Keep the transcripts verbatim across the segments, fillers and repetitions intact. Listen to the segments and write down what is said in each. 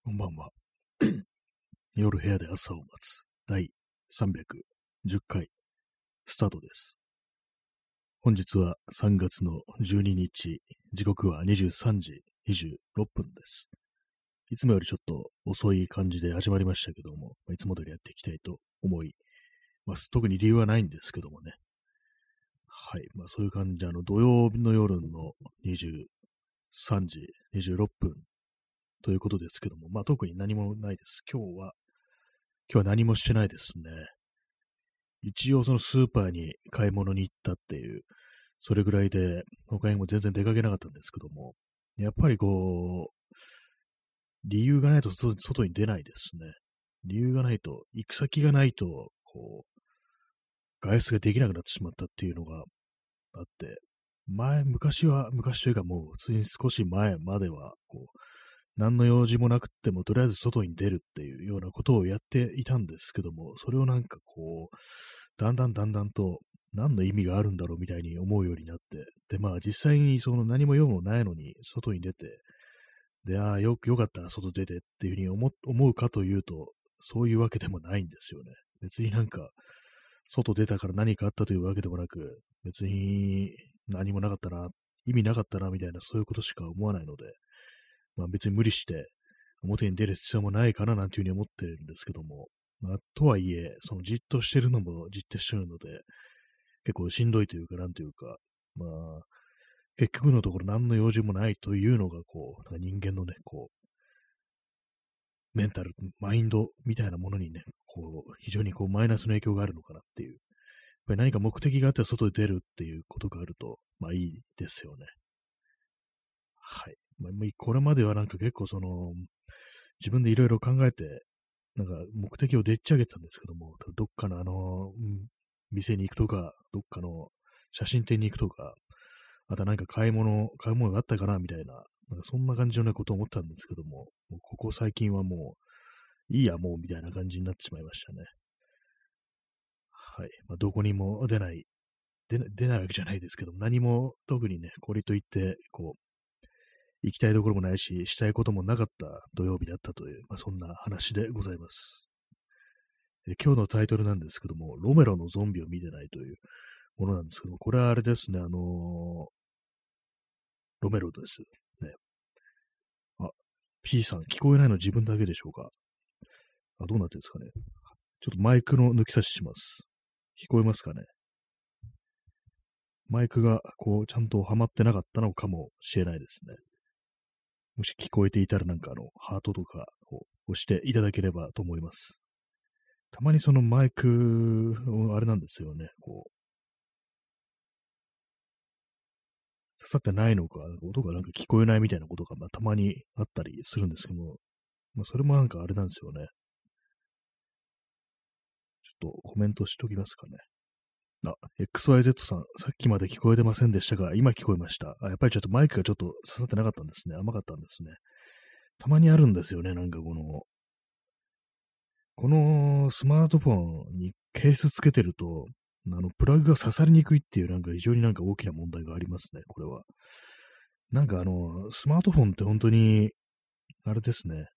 こんばんは。夜部屋で朝を待つ第さんびゃくじゅっかいスタートです。本日はさんがつのじゅうににち、時刻はにじゅうさんじにじゅうろっぷんです。いつもよりちょっと遅い感じで始まりましたけども、いつも通りやっていきたいと思います。特に理由はないんですけどもね。はい。まあそういう感じで、あの土曜日の夜のにじゅうさんじにじゅうろっぷんということですけども、まあ特に何もないです。今日は今日は何もしてないですね。一応そのスーパーに買い物に行ったっていう、それぐらいで、他にも全然出かけなかったんですけども、やっぱりこう、理由がないと外外に出ないですね。理由がないと、行く先がないと、こう、外出ができなくなってしまったっていうのがあって、前、昔は、昔というかもう普通に少し前までは、こう、何の用事もなくっても、とりあえず外に出るっていうようなことをやっていたんですけども、それをなんかこう、だんだんだんだんと、何の意味があるんだろうみたいに思うようになって、で、まあ実際にその何も用もないのに外に出て、で、ああ、よ、よかったら外出てっていうふうに思思うかというと、そういうわけでもないんですよね。別になんか、外出たから何かあったというわけでもなく、別に何もなかったな、意味なかったなみたいな、そういうことしか思わないので、まあ別に無理して表に出る必要もないかななんていうふうに思ってるんですけども、まあとはいえ、そのじっとしてるのもじっとしてるので、結構しんどいというか、なんというか、まあ、結局のところ何の用事もないというのが、こう、なんか人間のね、こう、メンタル、マインドみたいなものにね、こう、非常にこう、マイナスの影響があるのかなっていう。やっぱり何か目的があって外に出るっていうことがあると、まあいいですよね。はい。まあ、これまではなんか結構その、自分でいろいろ考えて、なんか目的をでっち上げてたんですけども、どっかのあの、うん、店に行くとか、どっかの写真展に行くとか、あとなんか買い物、買うものがあったかなみたいな、なんかそんな感じのね、ことを思ったんですけども、もうここ最近はもう、いいや、もうみたいな感じになってしまいましたね。はい。まあ、どこにも出ない、出な出ないわけじゃないですけども、何も特にね、これといって、こう、行きたいところもないし、したいこともなかった土曜日だったという、まあ、そんな話でございます。え今日のタイトルなんですけども、ロメロのゾンビを見てないというものなんですけども、これはあれですね、あのーロメロです。ね。あ、P さん、聞こえないの自分だけでしょうか？あ、どうなってるんですかね。ちょっとマイクの抜き差しします。聞こえますかね。マイクが、こう、ちゃんとはまってなかったのかもしれないですね。もし聞こえていたらなんかあの、ハートとかを押していただければと思います。たまにそのマイク、あれなんですよね。こう、刺さってないのか、音がなんか聞こえないみたいなことが、まあ、たまにあったりするんですけども、まあ、それもなんかあれなんですよね。ちょっとコメントしときますかね。あ、エックスワイゼット さん、さっきまで聞こえてませんでしたが、今聞こえました。あ、やっぱりちょっとマイクがちょっと刺さってなかったんですね。甘かったんですね。たまにあるんですよね。なんかこの、このスマートフォンにケースつけてると、あの、プラグが刺さりにくいっていう、なんか非常になんか大きな問題がありますね。これは。なんかあの、スマートフォンって本当に、あれですね。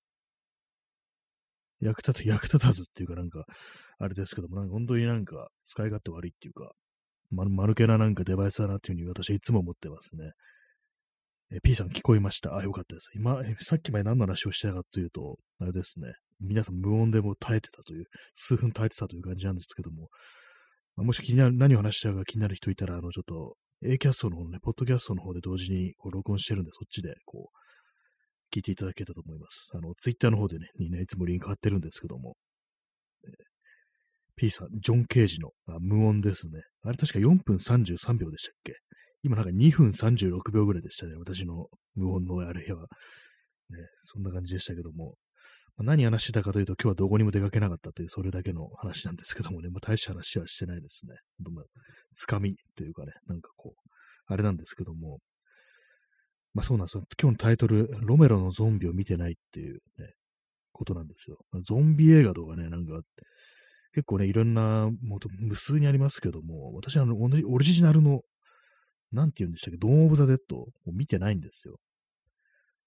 役立つ、役立たずっていうかなんか、あれですけども、なんか本当になんか使い勝手悪いっていうか、ま、丸けななんかデバイスだなっていうふうに私はいつも思ってますね。え、P さん聞こえました。あ、よかったです。今、えさっきまで何の話をしてたかというと、あれですね。皆さん無音でもう耐えてたという、数分耐えてたという感じなんですけども、まあ、もし気になる、何を話したか気になる人いたら、あの、ちょっと、A キャストの方ね、ポッドキャストの方で同時にこう録音してるんで、そっちで、こう、聞いていただけたと思います。あの、ツイッターの方でね、にね、いつもリンク貼ってるんですけども、えー P さん、ジョン・ケージのあ無音ですね。あれ確かよんぷんさんじゅうさんびょうでしたっけ？今なんかにふんさんじゅうろくびょうぐらいでしたね。私の無音のあれは。ね、そんな感じでしたけども。まあ、何話してたかというと、今日はどこにも出かけなかったという、それだけの話なんですけどもね。まあ、大した話はしてないですね。まあ、つかみというかね、なんかこう、あれなんですけども。まあそうなんですよ。今日のタイトル、ロメロのゾンビを見てないっていうね、ことなんですよ。まあゾンビ映画とかね、なんか、結構ね、いろんな、もう無数にありますけども、私はあの、オリオリジナルの、なんて言うんでしたっけ、ドーン・オブ・ザ・デッドを見てないんですよ。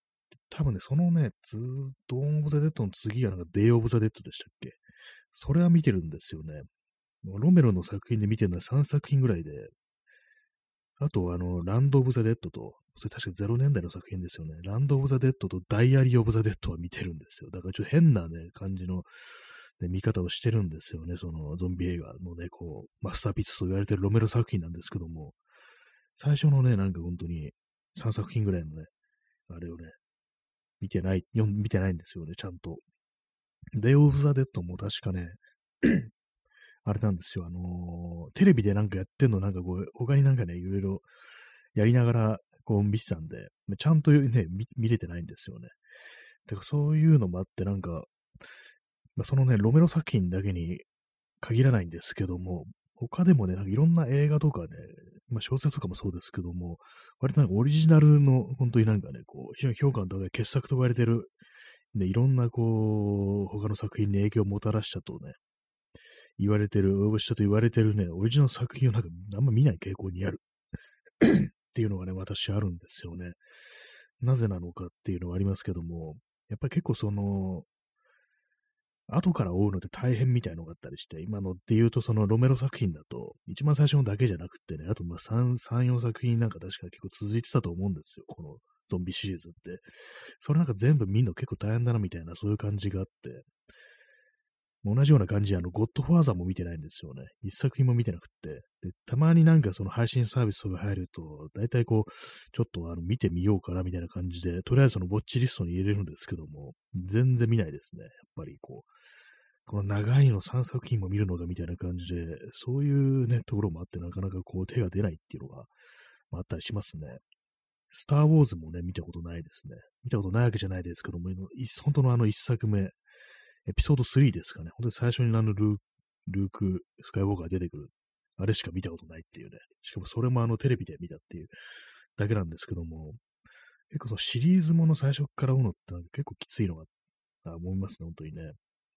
多分ね、そのね、ズードーン・オブ・ザ・デッドの次がなんかデイ・オブ・ザ・デッドでしたっけ？それは見てるんですよね。ロメロの作品で見てるのはさんさく品ぐらいで、あと、あの、ランド・オブ・ザ・デッドと、それ確かゼロねんだいの作品ですよね。ランド・オブ・ザ・デッドとダイアリー・オブ・ザ・デッドは見てるんですよ。だからちょっと変なね、感じの、ね、見方をしてるんですよね。そのゾンビ映画のね、こう、マスターピースと言われてるロメロ作品なんですけども、最初のね、なんか本当にさんさく品ぐらいのね、あれをね、見てない、読ん見てないんですよね、ちゃんと。デイ・オブ・ザ・デッドも確かね、あれなんですよ、あのーテレビでなんかやってんの、なんかこう、他になんかね、いろいろやりながら、こう見てたんで、ちゃんとね、見見れてないんですよね。てか、そういうのもあって、なんか、まあ、そのね、ロメロ作品だけに限らないんですけども、他でもね、なんかいろんな映画とかね、まあ、小説とかもそうですけども、割となんかオリジナルの、本当になんかね、こう、非常に評価の高い傑作と言われてる、ね、いろんなこう、他の作品に影響をもたらしたとね、言われてる、応募したと言われてるね、オリジナル作品をなんかあんま見ない傾向にあるっていうのがね、私あるんですよね。なぜなのかっていうのはありますけども、やっぱり結構その、後から追うのって大変みたいのがあったりして、今のっていうとそのロメロ作品だと、一番最初のだけじゃなくってね、あとまあさん、さん、よんさく品なんか確か結構続いてたと思うんですよ、このゾンビシリーズって。それなんか全部見るの結構大変だなみたいな、そういう感じがあって、同じような感じで、あの、ゴッドファーザーも見てないんですよね。一作品も見てなくって。で、たまになんかその配信サービスとか入ると、大体こう、ちょっとあの、見てみようかなみたいな感じで、とりあえずそのぼっちリストに入れるんですけども、全然見ないですね。やっぱりこう、この長いのさんさく品も見るのかみたいな感じで、そういうね、ところもあって、なかなかこう、手が出ないっていうのが、まあ、あったりしますね。スター・ウォーズもね、見たことないですね。見たことないわけじゃないですけども、い本当のあの一作目、エピソードスリーですかね。本当に最初にあのルールーク、スカイウォーカーが出てくる。あれしか見たことないっていうね。しかもそれもあのテレビで見たっていうだけなんですけども、結構そのシリーズもの最初から追うのって結構きついのが思いますね、本当にね。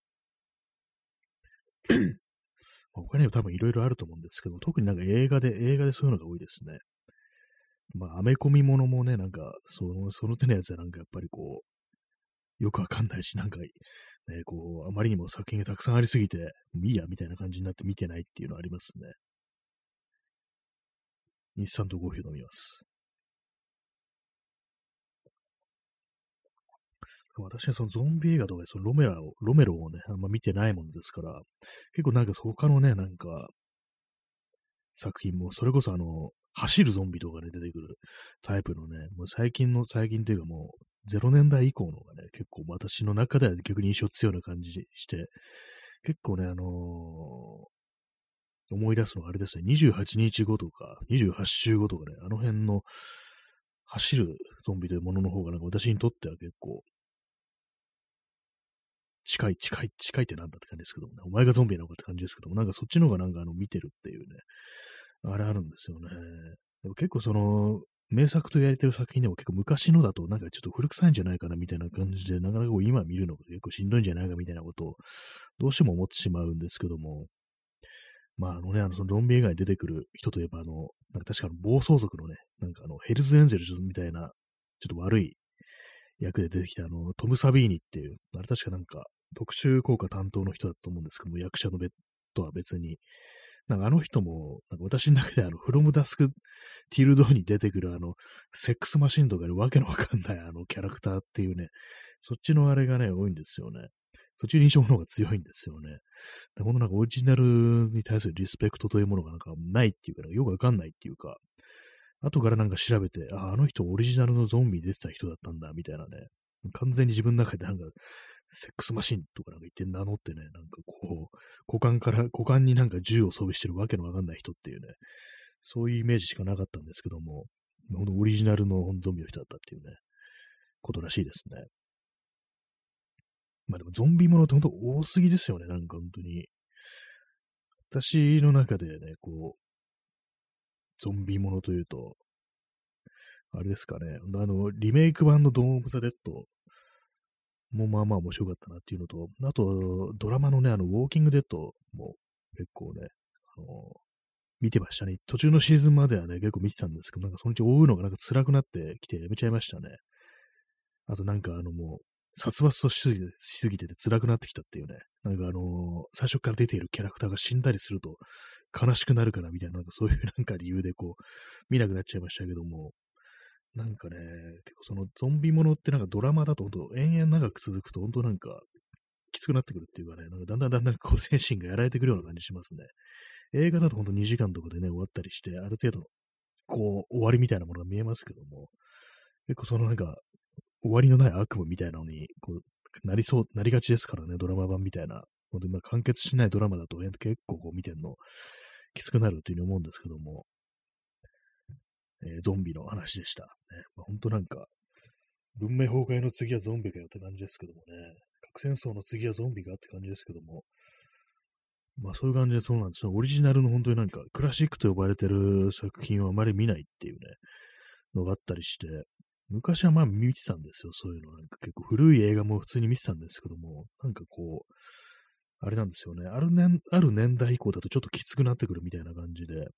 他にも多分いろいろあると思うんですけど、特になんか映画で、映画でそういうのが多いですね。まあ、アメコミものもね、なんか、その、その手のやつはなんかやっぱりこう、よくわかんないし、なんか、ね、こう、あまりにも作品がたくさんありすぎて、いいや、みたいな感じになって見てないっていうのはありますね。インスタントコーヒー飲みます。私はそのゾンビ映画とかでそのロメラを、ロメロをね、あんま見てないものですから、結構なんか他のね、なんか作品も、それこそあの、走るゾンビとかで出てくるタイプのね、もう最近の、最近というかもう、ゼロねんだい以降のがね、結構私の中では逆に印象強いような感じして、結構ね、あのー思い出すのがあれですね、にじゅうはちにちごとか、にじゅうはち週後とかね、あの辺の走るゾンビというものの方がなんか私にとっては結構近い、近い、近いってなんだって感じですけどもね、お前がゾンビなのかって感じですけども、なんかそっちの方がなんかあの見てるっていうね、あれあるんですよね。でも結構その、名作と言われてる作品でも結構昔のだとなんかちょっと古臭いんじゃないかなみたいな感じで、なかなかこう今見るのが結構しんどいんじゃないかみたいなことをどうしても思ってしまうんですけども、まああのね、あのそのゾンビ映画に出てくる人といえばあの、なんか確かあの暴走族のね、なんかあのヘルズエンゼルみたいな、ちょっと悪い役で出てきたあのトム・サビーニっていう、あれ確かなんか特殊効果担当の人だと思うんですけども、役者の別とは別に、なんかあの人も、なんか私の中であの、フロムダスクティルドに出てくるあの、セックスマシンとかでわけのわかんないあのキャラクターっていうね、そっちのあれがね、多いんですよね。そっちの印象の方が強いんですよね。ほんとなんかオリジナルに対するリスペクトというものがなんかないっていうか、よくわかんないっていうか、後からなんか調べて、あ、あの人オリジナルのゾンビ出てた人だったんだ、みたいなね。完全に自分の中でなんか、セックスマシンとかなんか言って名乗ってね、なんかこう、股間から、股間になんか銃を装備してるわけのわかんない人っていうね、そういうイメージしかなかったんですけども、ほんとオリジナルのゾンビの人だったっていうね、ことらしいですね。まあでもゾンビものってほんと多すぎですよね、なんか本当に。私の中でね、こう、ゾンビものというと、あれですかね、あの、リメイク版のドーン・オブ・ザ・デッドもまあまあ面白かったなっていうのと、あと、ドラマのね、あの、ウォーキングデッドも結構ね、あの、見てましたね。途中のシーズンまではね、結構見てたんですけど、なんかそのうち追うのがなんか辛くなってきてやめちゃいましたね。 あとなんかあのもう、殺伐としすぎて、しすぎてて辛くなってきたっていうね。なんかあのー最初から出ているキャラクターが死んだりすると悲しくなるからみたいな、なんかそういうなんか理由でこう、見なくなっちゃいましたけども、なんかね、結構そのゾンビものってなんかドラマだと本当延々長く続くと本当なんかきつくなってくるっていうかね、なんかだんだんだんだんこう精神がやられてくるような感じしますね。映画だと本当にじかんとかでね、終わったりして、ある程度のこう終わりみたいなものが見えますけども、結構そのなんか終わりのない悪夢みたいなのに、こう、なりそう、なりがちですからね、ドラマ版みたいな。本当にまあ完結しないドラマだと、結構こう見てんのきつくなるというふうに思うんですけども、えーゾンビの話でした。ねまあ、本当なんか、文明崩壊の次はゾンビかよって感じですけどもね、核戦争の次はゾンビかって感じですけども、まあそういう感じでそうなんですよ。オリジナルの本当になんかクラシックと呼ばれてる作品をあまり見ないっていうね、のがあったりして、昔はまあ見てたんですよ、そういうの。なんか結構古い映画も普通に見てたんですけども、なんかこう、あれなんですよね。ある年、ある年代以降だとちょっときつくなってくるみたいな感じで、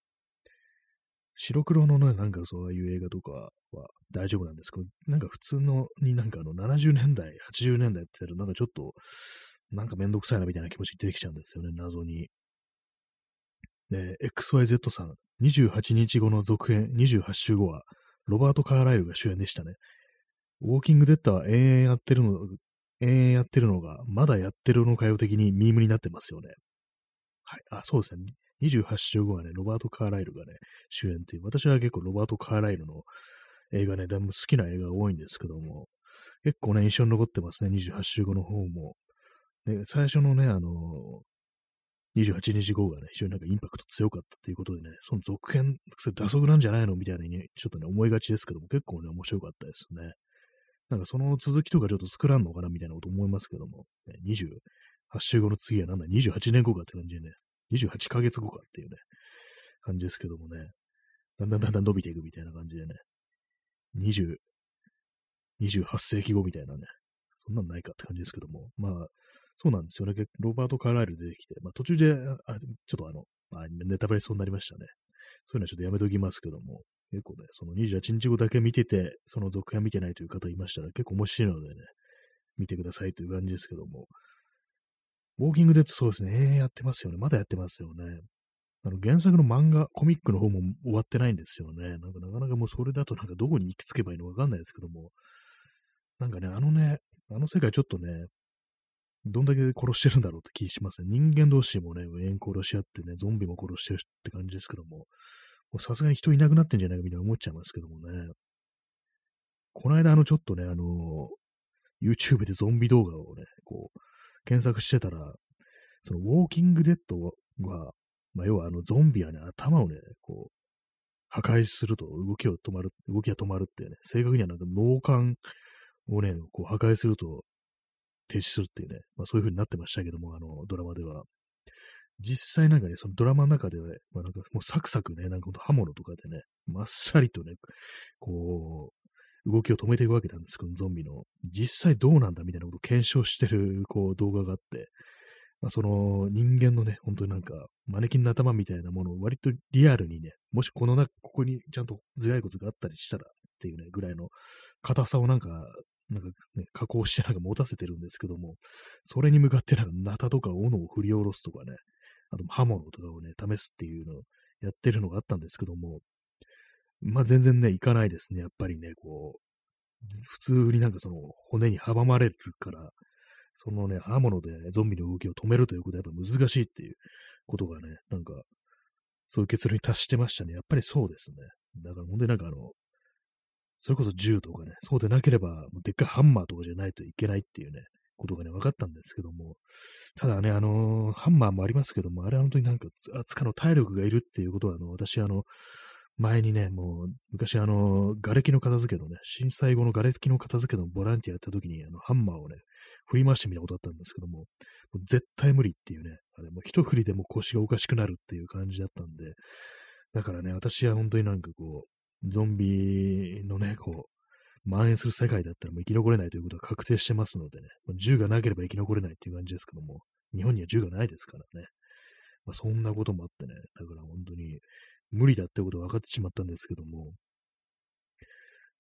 白黒のね、なんかそういう映画とかは大丈夫なんですけど、なんか普通のになんかあのななじゅうねんだい、はちじゅうねんだいって言ったらなんかちょっと、なんかめんどくさいなみたいな気持ち出てきちゃうんですよね、謎に。ね、エックスワイゼット さん、にじゅうはちにちごの続編にじゅうはち週後は、ロバート・カーライルが主演でしたね。ウォーキングデッドは延々やってるの、延々やってるのが、まだやってるのかよ的にミームになってますよね。はい。あ、そうですね。にじゅうはち週後はね、ロバート・カーライルがね、主演っていう、私は結構ロバート・カーライルの映画ね、だいぶ好きな映画が多いんですけども、結構ね、印象に残ってますね、にじゅうはち週後の方も。で、最初のね、あのにじゅうはちにちごがね、非常になんかインパクト強かったということでね、その続編、それ打足なんじゃないのみたいなに、ね、ちょっとね、思いがちですけども、結構ね、面白かったですね。なんかその続きとかちょっと作らんのかなみたいなこと思いますけども、ね、にじゅうはち週後の次はなんだ、にじゅうはちねんごかって感じでね、にじゅうはちかげつごかっていうね、感じですけどもね、だんだんだんだん伸びていくみたいな感じでね、にじゅう、にじゅうはっ世紀後みたいなね、そんなんないかって感じですけども、まあ、そうなんですよね。結ロバート・カーライル出てきて、まあ途中で、あ、ちょっとあの、まあ、ネタバレそうになりましたね。そういうのはちょっとやめときますけども、結構ね、そのにじゅうはちにちごだけ見てて、その続編見てないという方いましたら、結構面白いのでね、見てくださいという感じですけども、ウォーキングデッドそうですね、えー、やってますよね。まだやってますよね。あの原作の漫画、コミックの方も終わってないんですよね。なんかなかなかもうそれだとなんかどこに行き着けばいいのかわかんないですけども、なんかね、あのね、あの世界ちょっとね、どんだけ殺してるんだろうって気しますね。人間同士もね、永遠殺し合ってね、ゾンビも殺してるって感じですけども、もうさすがに人いなくなってんじゃないかみたいな思っちゃいますけどもね。この間、あの、ちょっとね、あの、YouTube でゾンビ動画をね、こう、検索してたら、その、ウォーキングデッドは、まあ、要はあの、ゾンビはね、頭をね、こう、破壊すると動きを止まる、動きが止まるってね、正確にはなんか脳幹をね、こう破壊すると停止するっていうね、まあそういう風になってましたけども、あの、ドラマでは。実際なんかね、そのドラマの中では、まあなんかもうサクサクね、なんかほんと刃物とかでね、まっさりとね、こう、動きを止めていくわけなんですけど、ゾンビの。実際どうなんだみたいなことを検証してる、こう、動画があって、まあ、その人間のね、本当になんか、マネキンの頭みたいなものを割とリアルにね、もしこの中、ここにちゃんと頭蓋骨があったりしたらっていうね、ぐらいの硬さをなんか、なんかね、加工してなんか持たせてるんですけども、それに向かってなんか、ナタとか斧を振り下ろすとかね、あと刃物とかをね、試すっていうのをやってるのがあったんですけども、まあ全然ね、いかないですね。やっぱりね、こう、普通になんかその骨に阻まれるから、そのね、刃物で、ね、ゾンビの動きを止めるということはやっぱ難しいっていうことがね、なんか、そういう結論に達してましたね。やっぱりそうですね。だから本当になんかあの、それこそ銃とかね、そうでなければ、もうでっかいハンマーとかじゃないといけないっていうね、ことがね、分かったんですけども、ただね、あのーハンマーもありますけども、あれは本当になんか、扱うの体力がいるっていうことは、あの、私、あの、前にね、もう、昔、あの、瓦礫の片付けのね、震災後の瓦礫の片付けのボランティアやった時に、あの、ハンマーをね、振り回してみたことあったんですけども、もう絶対無理っていうね、あれ、もう一振りでも腰がおかしくなるっていう感じだったんで、だからね、私は本当になんかこう、ゾンビのね、こう、蔓延する世界だったらもう生き残れないということが確定してますのでね、銃がなければ生き残れないっていう感じですけども、日本には銃がないですからね。まあ、そんなこともあってね、だから本当に無理だってことが分かってしまったんですけども、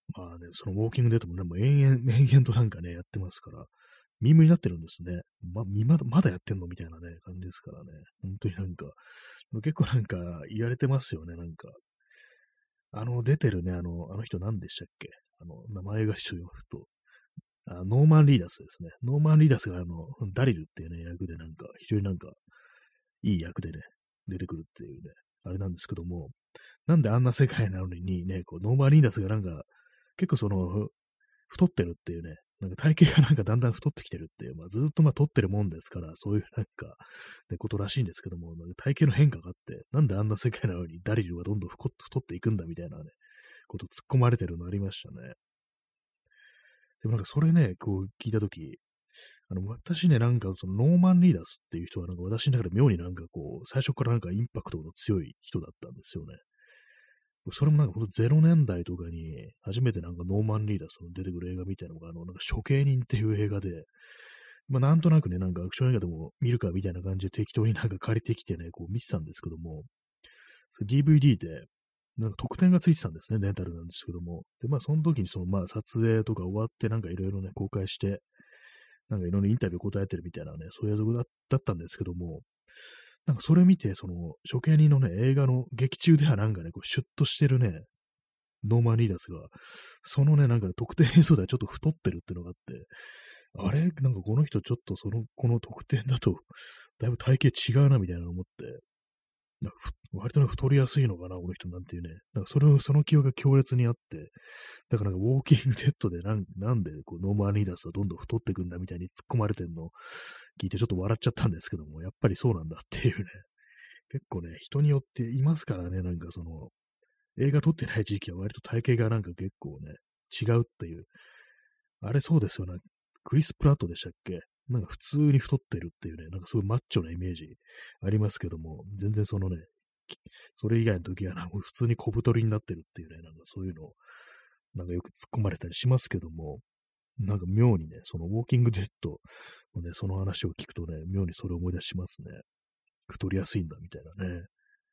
まあね、そのウォーキングデッドもね、もう延々、延々となんかね、やってますから、ミームになってるんですね。ま、まだ、まだやってんのみたいなね、感じですからね。本当になんか、結構なんか言われてますよね、なんか。あの、出てるね、あの、あの人何でしたっけ？あの、名前が一緒よ、ふと。あ、ノーマン・リーダスですね。ノーマン・リーダスがあの、ダリルっていうね、役でなんか、非常になんか、いい役でね、出てくるっていうね、あれなんですけども、なんであんな世界なのにね、こう、ノーマン・リーダスがなんか、結構その、太ってるっていうね、なんか体型がなんかだんだん太ってきてるっていう、まあ、ずっとまあ太ってるもんですから、そういうなんか、ね、ことらしいんですけども、なんか体型の変化があって、なんであんな世界なのにダリルはどんどん太っていくんだみたいなね、こと突っ込まれてるのありましたね。でもなんかそれね、こう聞いたとき、あの、私ね、なんかそのノーマン・リーダスっていう人はなんか私の中で妙になんかこう、最初からなんかインパクトの強い人だったんですよね。それもなんかほんとゼロねんだいとかに初めてなんかノーマン・リーダスの出てくる映画みたいなのが、あの、なんか処刑人っていう映画で、まあなんとなくね、なんかアクション映画でも見るかみたいな感じで適当になんか借りてきてね、こう見てたんですけども、それ ディーブイディー で、なんか特典がついてたんですね、レンタルなんですけども。で、まあその時にそのまあ撮影とか終わってなんかいろいろね、公開して、なんかいろんなインタビュー答えてるみたいなね、そういう映像だだったんですけども、なんかそれ見て、その処刑人のね、映画の劇中ではなんかね、こうシュッとしてるね、ノーマン・リーダースが、そのね、なんか特定映像ではちょっと太ってるっていうのがあって、あれなんかこの人ちょっとその、この特典だと、だいぶ体型違うなみたいなの思って、なんかふ割とね太りやすいのかな、この人なんていうね。なんかそれを、その記憶が強烈にあって、だからなんかウォーキングデッドでなん、なんでこうノーマン・リーダースはどんどん太ってくんだみたいに突っ込まれてんのを聞いてちょっと笑っちゃったんですけども、やっぱりそうなんだっていうね。結構ね、人によっていますからね、なんかその、映画撮ってない時期は割と体型がなんか結構ね、違うっていう。あれそうですよね。クリス・プラットでしたっけ？なんか普通に太ってるっていうね、なんかすごいマッチョなイメージありますけども、全然そのね、それ以外の時はなんか普通に小太りになってるっていうね、なんかそういうのを、なんかよく突っ込まれたりしますけども、なんか妙にね、そのウォーキングデッドのね、その話を聞くとね、妙にそれを思い出しますね。太りやすいんだみたいなね。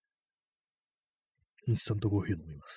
インスタントコーヒー飲みます。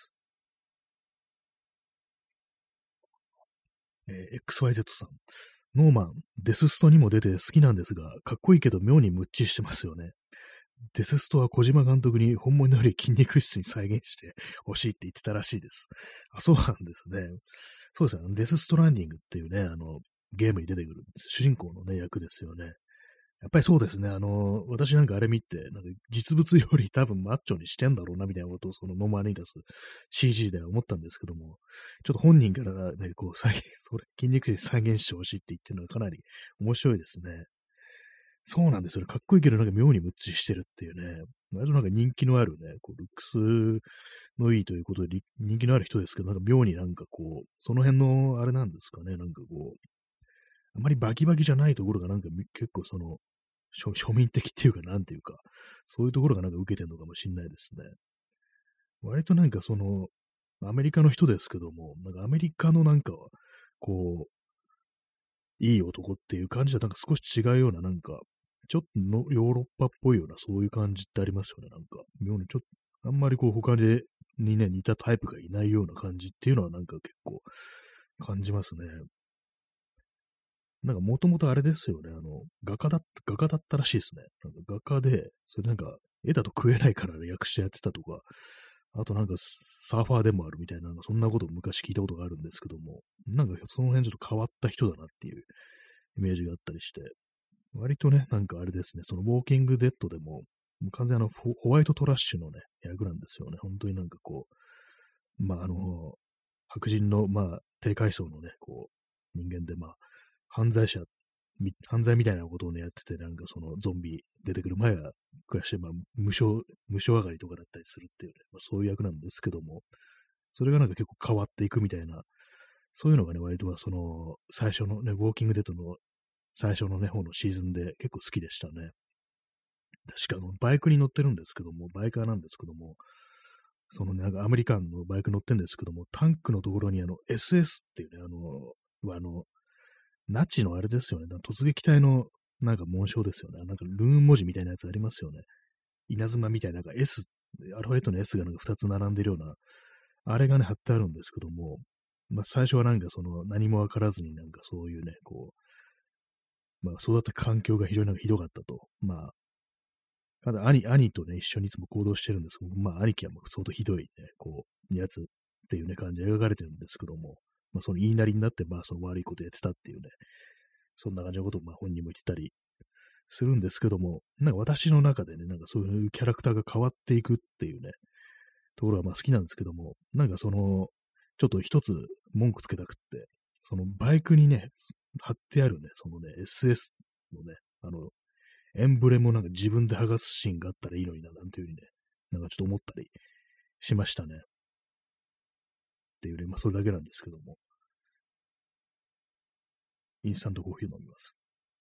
えー エックスワイゼット さん。ノーマン、デスストにも出て好きなんですが、かっこいいけど妙にムッチリしてますよね。デスストは小島監督に本物より筋肉質に再現してほしいって言ってたらしいです。あ、そうなんですね。そうですね。デスストランディングっていうね、あの、ゲームに出てくる主人公のね、役ですよね。やっぱりそうですね。あの、私なんかあれ見て、なんか実物より多分マッチョにしてんだろうな、みたいなことをそのノーマン・リーダス シージー では思ったんですけども、ちょっと本人からね、こう、再現、それ、筋肉質再現してほしいって言ってるのがかなり面白いですね。そうなんですよね。かっこいいけどなんか妙にムッチリしてるっていうね。割となんか人気のあるね、こう、ルックスのいいということでり人気のある人ですけど、なんか妙になんかこう、その辺のあれなんですかね、なんかこう、あまりバキバキじゃないところがなんか結構その、庶庶民的っていうか、なんていうか、そういうところがなんか受けてるのかもしれないですね。割となんかその、アメリカの人ですけども、なんかアメリカのなんか、こう、いい男っていう感じでなんか少し違うような、なんか、ちょっとのヨーロッパっぽいような、そういう感じってありますよね、なんか。妙にちょっと、あんまりこう他で、にね、似たタイプがいないような感じっていうのはなんか結構感じますね。なんかもともとあれですよね、あの、画家だった、画家だったらしいですね。なんか画家で、それなんか、絵だと食えないから役者やってたとか、あとなんかサーファーでもあるみたいな、なんかそんなことを昔聞いたことがあるんですけども、なんかその辺ちょっと変わった人だなっていうイメージがあったりして、割とね、なんかあれですね、そのウォーキングデッドでも、もう完全にあのホホワイトトラッシュのね、役なんですよね。本当になんかこう、まああの、白人のまあ低階層のね、こう、人間でまあ、犯罪者、み犯罪みたいなことをね、やってて、なんかそのゾンビ出てくる前は暮らして、まあ、無償、無償上がりとかだったりするっていうね、まあ、そういう役なんですけども、それがなんか結構変わっていくみたいな、そういうのがね、割とはその、最初のね、ウォーキングデッドの最初のね、方のシーズンで結構好きでしたね。確かあの、バイクに乗ってるんですけども、バイカーなんですけども、そのね、なんかアメリカンのバイク乗ってるんですけども、タンクのところにあの、エスエス っていうね、あの、あの、ナチのあれですよね、突撃隊のなんか紋章ですよね。なんかルーン文字みたいなやつありますよね。稲妻みたいな、なんか S、アルファベットの S がなんかふたつ並んでるような、あれがね、貼ってあるんですけども、 まあ最初はなんかその何もわからずになんかそういうね、こう、まあ育った環境が非常になんかひどかったと。まあ、ただ兄、兄とね、一緒にいつも行動してるんですけど、まあ兄貴はもう相当ひどいね、こう、やつっていうね、感じで描かれてるんですけども、まあその言いなりになって、まあその悪いことやってたっていうね、そんな感じのことをまあ本人も言ってたりするんですけども、なんか私の中でね、なんかそういうキャラクターが変わっていくっていうね、ところがまあ好きなんですけども、なんかその、ちょっと一つ文句つけたくって、そのバイクにね、貼ってあるね、そのね、エスエス のね、あの、エンブレムをなんか自分で剥がすシーンがあったらいいのにな、なんていうふうにね、なんかちょっと思ったりしましたね。っていうね、まあそれだけなんですけども、インスタントコーヒー飲みます。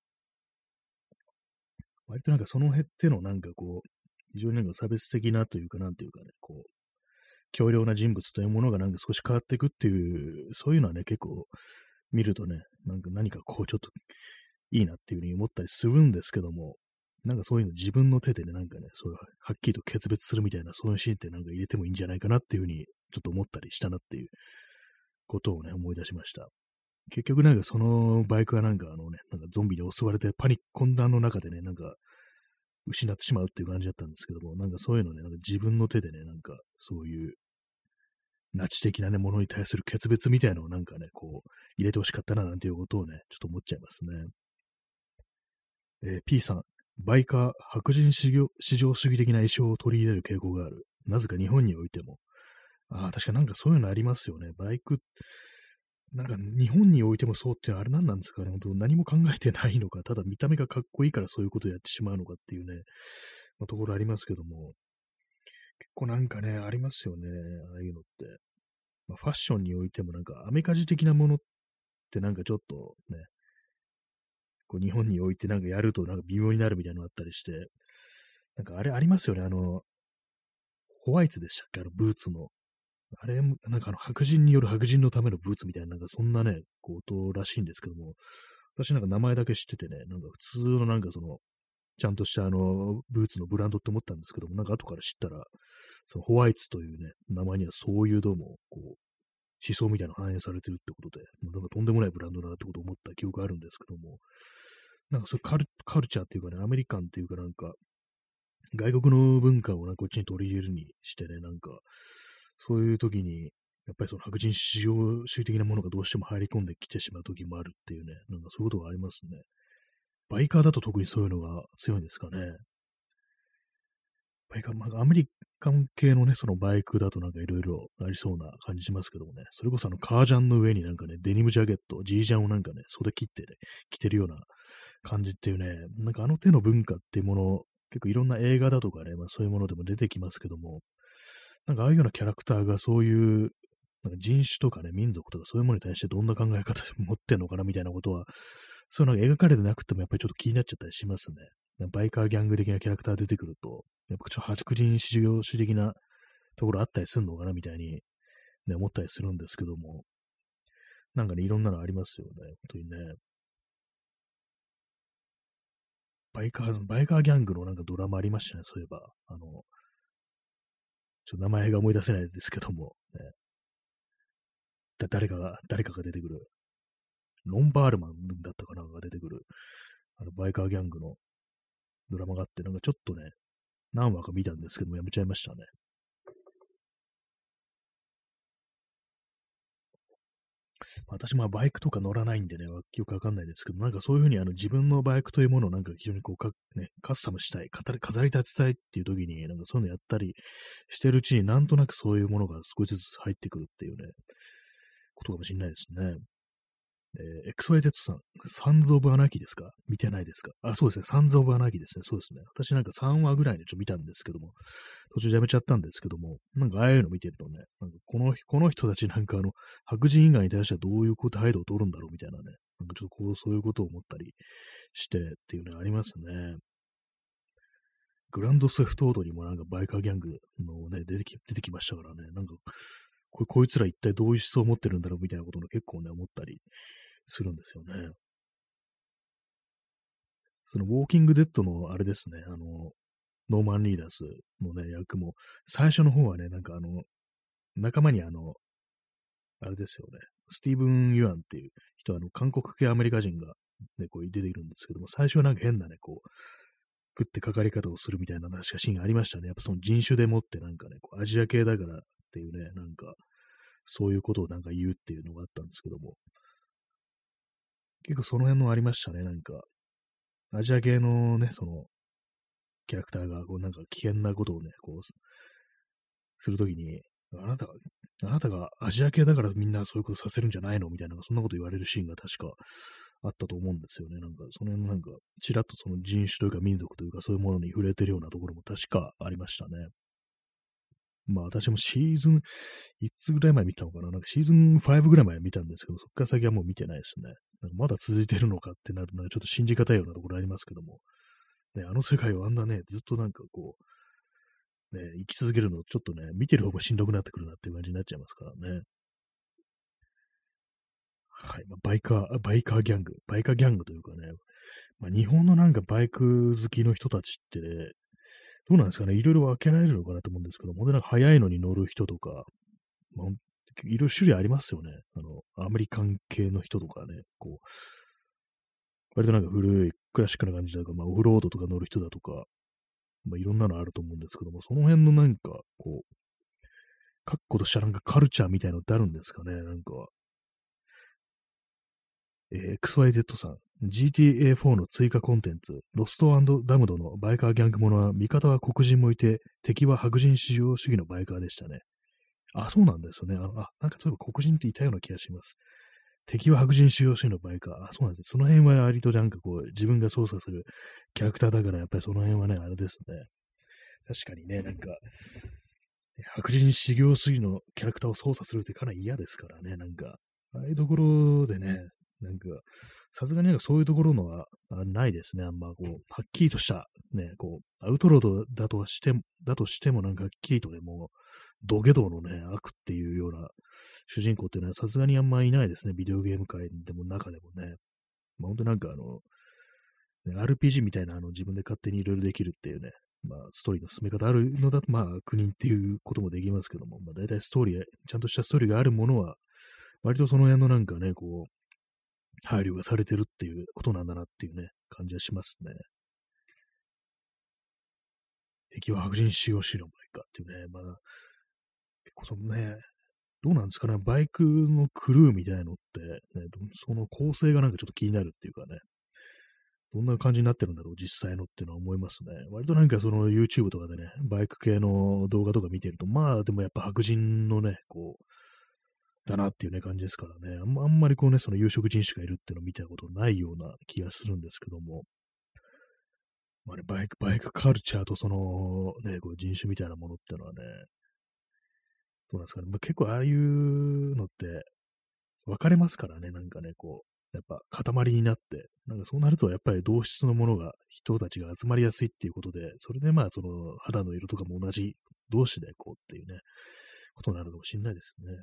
割となんかその辺ってのなんかこう、非常になんか差別的なというか、なんていうかね、こう、強力な人物というものがなんか少し変わっていくっていう、そういうのはね、結構見るとね、なんか何かこうちょっといいなっていうふうに思ったりするんですけども、なんかそういうの自分の手でね、なんかね、そういうはっきりと決別するみたいな、そういうシーンってなんか入れてもいいんじゃないかなっていうふうにちょっと思ったりしたなっていうことをね、思い出しました。結局なんかそのバイクはなんかあのね、なんかゾンビに襲われてパニック混乱の中でね、なんか失ってしまうっていう感じだったんですけども、なんかそういうのね、なんか自分の手でね、なんかそういうナチ的なね、ものに対する決別みたいなのをなんかね、こう、入れて欲しかったななんていうことをね、ちょっと思っちゃいますね。えー P さん、バイカー、白人至上至上主義的な意匠を取り入れる傾向がある。なぜか日本においても。ああ、確かなんかそういうのありますよね。バイク、なんか日本においてもそうっていうのはあれ何なんですかね。本当何も考えてないのか、ただ見た目がかっこいいからそういうことをやってしまうのかっていうね、まあ、ところありますけども、結構なんかね、ありますよね。ああいうのって。まあ、ファッションにおいてもなんかアメカジ的なものってなんかちょっとね、こう日本においてなんかやるとなんか微妙になるみたいなのがあったりして、なんかあれありますよね。あの、ホワイツでしたっけあのブーツの。あれ、なんかあの白人による白人のためのブーツみたいな、なんかそんなね、ことらしいんですけども、私なんか名前だけ知っててね、なんか普通のなんかその、ちゃんとしたあの、ブーツのブランドって思ったんですけども、なんか後から知ったら、そのホワイツというね、名前にはそういうどうも、こう、思想みたいなの反映されてるってことで、もうなんかとんでもないブランドだなってことを思った記憶があるんですけども、なんかそういうカルカルチャーっていうかね、アメリカンっていうかなんか、外国の文化をなんかこっちに取り入れるにしてね、なんか、そういう時に、やっぱりその白人至上主義的なものがどうしても入り込んできてしまう時もあるっていうね、なんかそういうことがありますね。バイカーだと特にそういうのが強いんですかね。バイカー、まあ、アメリカン系のね、そのバイクだとなんかいろいろありそうな感じしますけどもね、それこそあのカージャンの上になんかね、デニムジャケット、ジージャンをなんかね、袖切ってね、着てるような感じっていうね、なんかあの手の文化っていうもの、結構いろんな映画だとかね、まあそういうものでも出てきますけども、なんかああいうようなキャラクターがそういうなんか人種とかね、民族とかそういうものに対してどんな考え方を持ってんのかなみたいなことは、そういうのが描かれてなくてもやっぱりちょっと気になっちゃったりしますね。バイカーギャング的なキャラクター出てくると、やっぱちょっと白人至上主義的なところあったりするのかなみたいに、ね、思ったりするんですけども、なんかね、いろんなのありますよね。本当にね。バイカー、バイカーギャングのなんかドラマありましたね、そういえば。あの、ちょっと名前が思い出せないですけども、ね、だ誰かが、誰かが出てくる。ロンバールマンだったかなが出てくる。あの、バイカーギャングのドラマがあって、なんかちょっとね、何話か見たんですけども、やめちゃいましたね。私、まあ、バイクとか乗らないんでね、よくわかんないですけど、なんかそういうふうにあの自分のバイクというものをなんか非常にこうか、ね、カスタムしたい、飾り飾り立てたいっていう時に、なんかそういうのやったりしてるうちになんとなくそういうものが少しずつ入ってくるっていうね、ことかもしれないですね。えー、エクソエテッドさん、サンズ・オブ・アナキーですか見てないですかあ、そうですね。サンズ・オブ・アナキーですね。そうですね。私なんかさんわぐらいでちょっと見たんですけども、途中でやめちゃったんですけども、なんかああいうの見てるとね、なんかこの、この人たちなんかあの、白人以外に対してはどういう態度を取るんだろうみたいなね、なんかちょっとこう、そういうことを思ったりしてっていうのありますね。グランドセフトオートにもなんかバイカーギャングのね、出てき、出てきましたからね、なんか、ここいつら一体どういう思想を持ってるんだろうみたいなことを結構ね、思ったりするんですよね。そのウォーキングデッドのあれですね、あの、ノーマン・リーダースのね、役も、最初の方はね、なんかあの、仲間にあの、あれですよね。 スティーブン・ユアンっていう人は、あの、韓国系アメリカ人が、ね、こう出ているんですけども、最初はなんか変なね、こう、食ってかかり方をするみたいな確かシーンがありましたね。やっぱその人種でもってなんかね、こうアジア系だからっていうね、なんか、そういうことをなんか言うっていうのがあったんですけども、結構その辺のありましたね、なんか、アジア系のね、その、キャラクターが、こうなんか危険なことをね、こう、するときに、あなたが、あなたがアジア系だからみんなそういうことさせるんじゃないのみたいな、そんなこと言われるシーンが確かあったと思うんですよね。なんか、その辺のなんか、ちらっとその人種というか民族というかそういうものに触れてるようなところも確かありましたね。まあ私もシーズン、いつぐらい前見たのかななんかシーズンファイブぐらい前見たんですけど、そこから先はもう見てないですね。なんかまだ続いてるのかってなると、ちょっと信じがたいようなところありますけども、ね、あの世界をあんなね、ずっとなんかこう、ね、生き続けるの、ちょっとね、見てる方もしんどくなってくるなっていう感じになっちゃいますからね。はい。まあ、バイカー、バイカーギャング、バイカーギャングというかね、まあ、日本のなんかバイク好きの人たちって、ね、どうなんですかね、いろいろ分けられるのかなと思うんですけども、で、なんか速いのに乗る人とか、まあ、いろいろ種類ありますよね。あの、アメリカン系の人とかね、こう、割となんか古いクラシックな感じだとか、まあ、オフロードとか乗る人だとか、まあ、いろんなのあると思うんですけども、その辺のなんか、こう、確固としたなんかカルチャーみたいのってあるんですかね、なんか、えー エックスワイゼット さん、ジーティーエーフォー の追加コンテンツ、ロストダムドのバイカーギャングものは、味方は黒人もいて、敵は白人至上主義のバイカーでしたね。あ、そうなんですよね。あの、あ、なんかそういえば黒人っていたような気がします。敵は白人至上主義のバイカー。あ、そうなんですね。その辺は割となんかこう、自分が操作するキャラクターだから、やっぱりその辺はね、あれですね。確かにね、なんか、白人至上主義のキャラクターを操作するってかなり嫌ですからね、なんか。ああいうところでね、なんか、さすがになんかそういうところのはあないですね。あんまこう、はっきりとした、ね、こう、アウトロードだとしても、だとしてもなんかはっきりとね、もう、土下座のね、悪っていうような主人公っていうのはさすがにあんまいないですね。ビデオゲーム界でも中でもね。まあ、本当なんかあの、ね アールピージー みたいなあの自分で勝手にいろいろできるっていうね、まあ、ストーリーの進め方あるのだと、まあ、国っていうこともできますけども、まあ、大体ストーリー、ちゃんとしたストーリーがあるものは、割とその辺のなんかね、こう、配慮がされてるっていうことなんだなっていうね、感じはしますね。敵は白人使用しのバイかっていうね、まあ、結構そのね、どうなんですかね、バイクのクルーみたいのって、ね、その構成がなんかちょっと気になるっていうかね、どんな感じになってるんだろう、実際のっていうのは思いますね。割となんかその YouTube とかでね、バイク系の動画とか見てると、まあでもやっぱ白人のね、こう、だなっていうね、感じですからね。あんまあんまりこうね、その有色人種がいるっていうのを見たことないような気がするんですけども、まあね、バイク、バイクカルチャーとそのね、こう人種みたいなものっていうのはね、どうなんですかね。まあ、結構ああいうのって分かれますからね、なんかね、こう、やっぱ塊になって、なんかそうなるとやっぱり同質のものが、人たちが集まりやすいっていうことで、それでまあその肌の色とかも同じ同士でこうっていうね、ことになるかもしれないですね。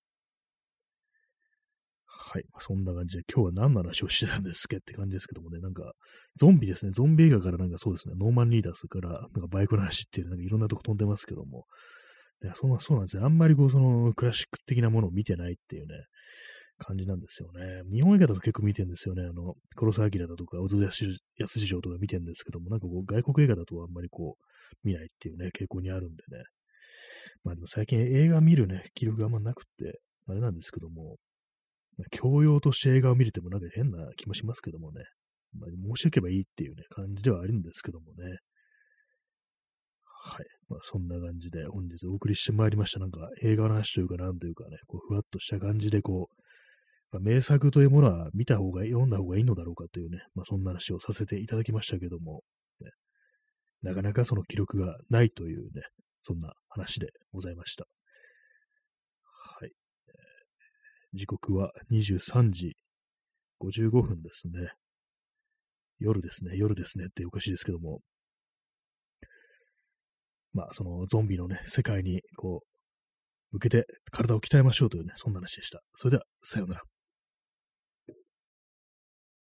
はい。そんな感じで、今日は何の話をしてたんですっけって感じですけどもね、なんか、ゾンビですね。ゾンビ映画からなんかそうですね、ノーマンリーダースから、なんかバイクの話っていう、なんかいろんなとこ飛んでますけども、いやそんな、そうなんですね。あんまりこう、その、クラシック的なものを見てないっていうね、感じなんですよね。日本映画だと結構見てるんですよね。あの、黒澤明だとか、小津安安二郎とか見てるんですけども、なんかこう、外国映画だとあんまりこう、見ないっていうね、傾向にあるんでね。まあでも最近映画見るね、記録があんまなくって、あれなんですけども、教養として映画を見れてもなんか変な気もしますけどもね。まあ、申し訳ばいいっていうね、感じではあるんですけどもね。はい。まあ、そんな感じで本日お送りしてまいりました。なんか映画の話というかなんというかね、こうふわっとした感じでこう、まあ、名作というものは見た方がいい、読んだ方がいいのだろうかというね、まあそんな話をさせていただきましたけども、ね、なかなかその記録がないというね、そんな話でございました。はい。時刻はにじゅうさんじごじゅうごふんですね。夜ですね、夜ですねっておかしいですけども、まあ、そのゾンビのね、世界にこう、向けて体を鍛えましょうというね、そんな話でした。それでは、さようなら。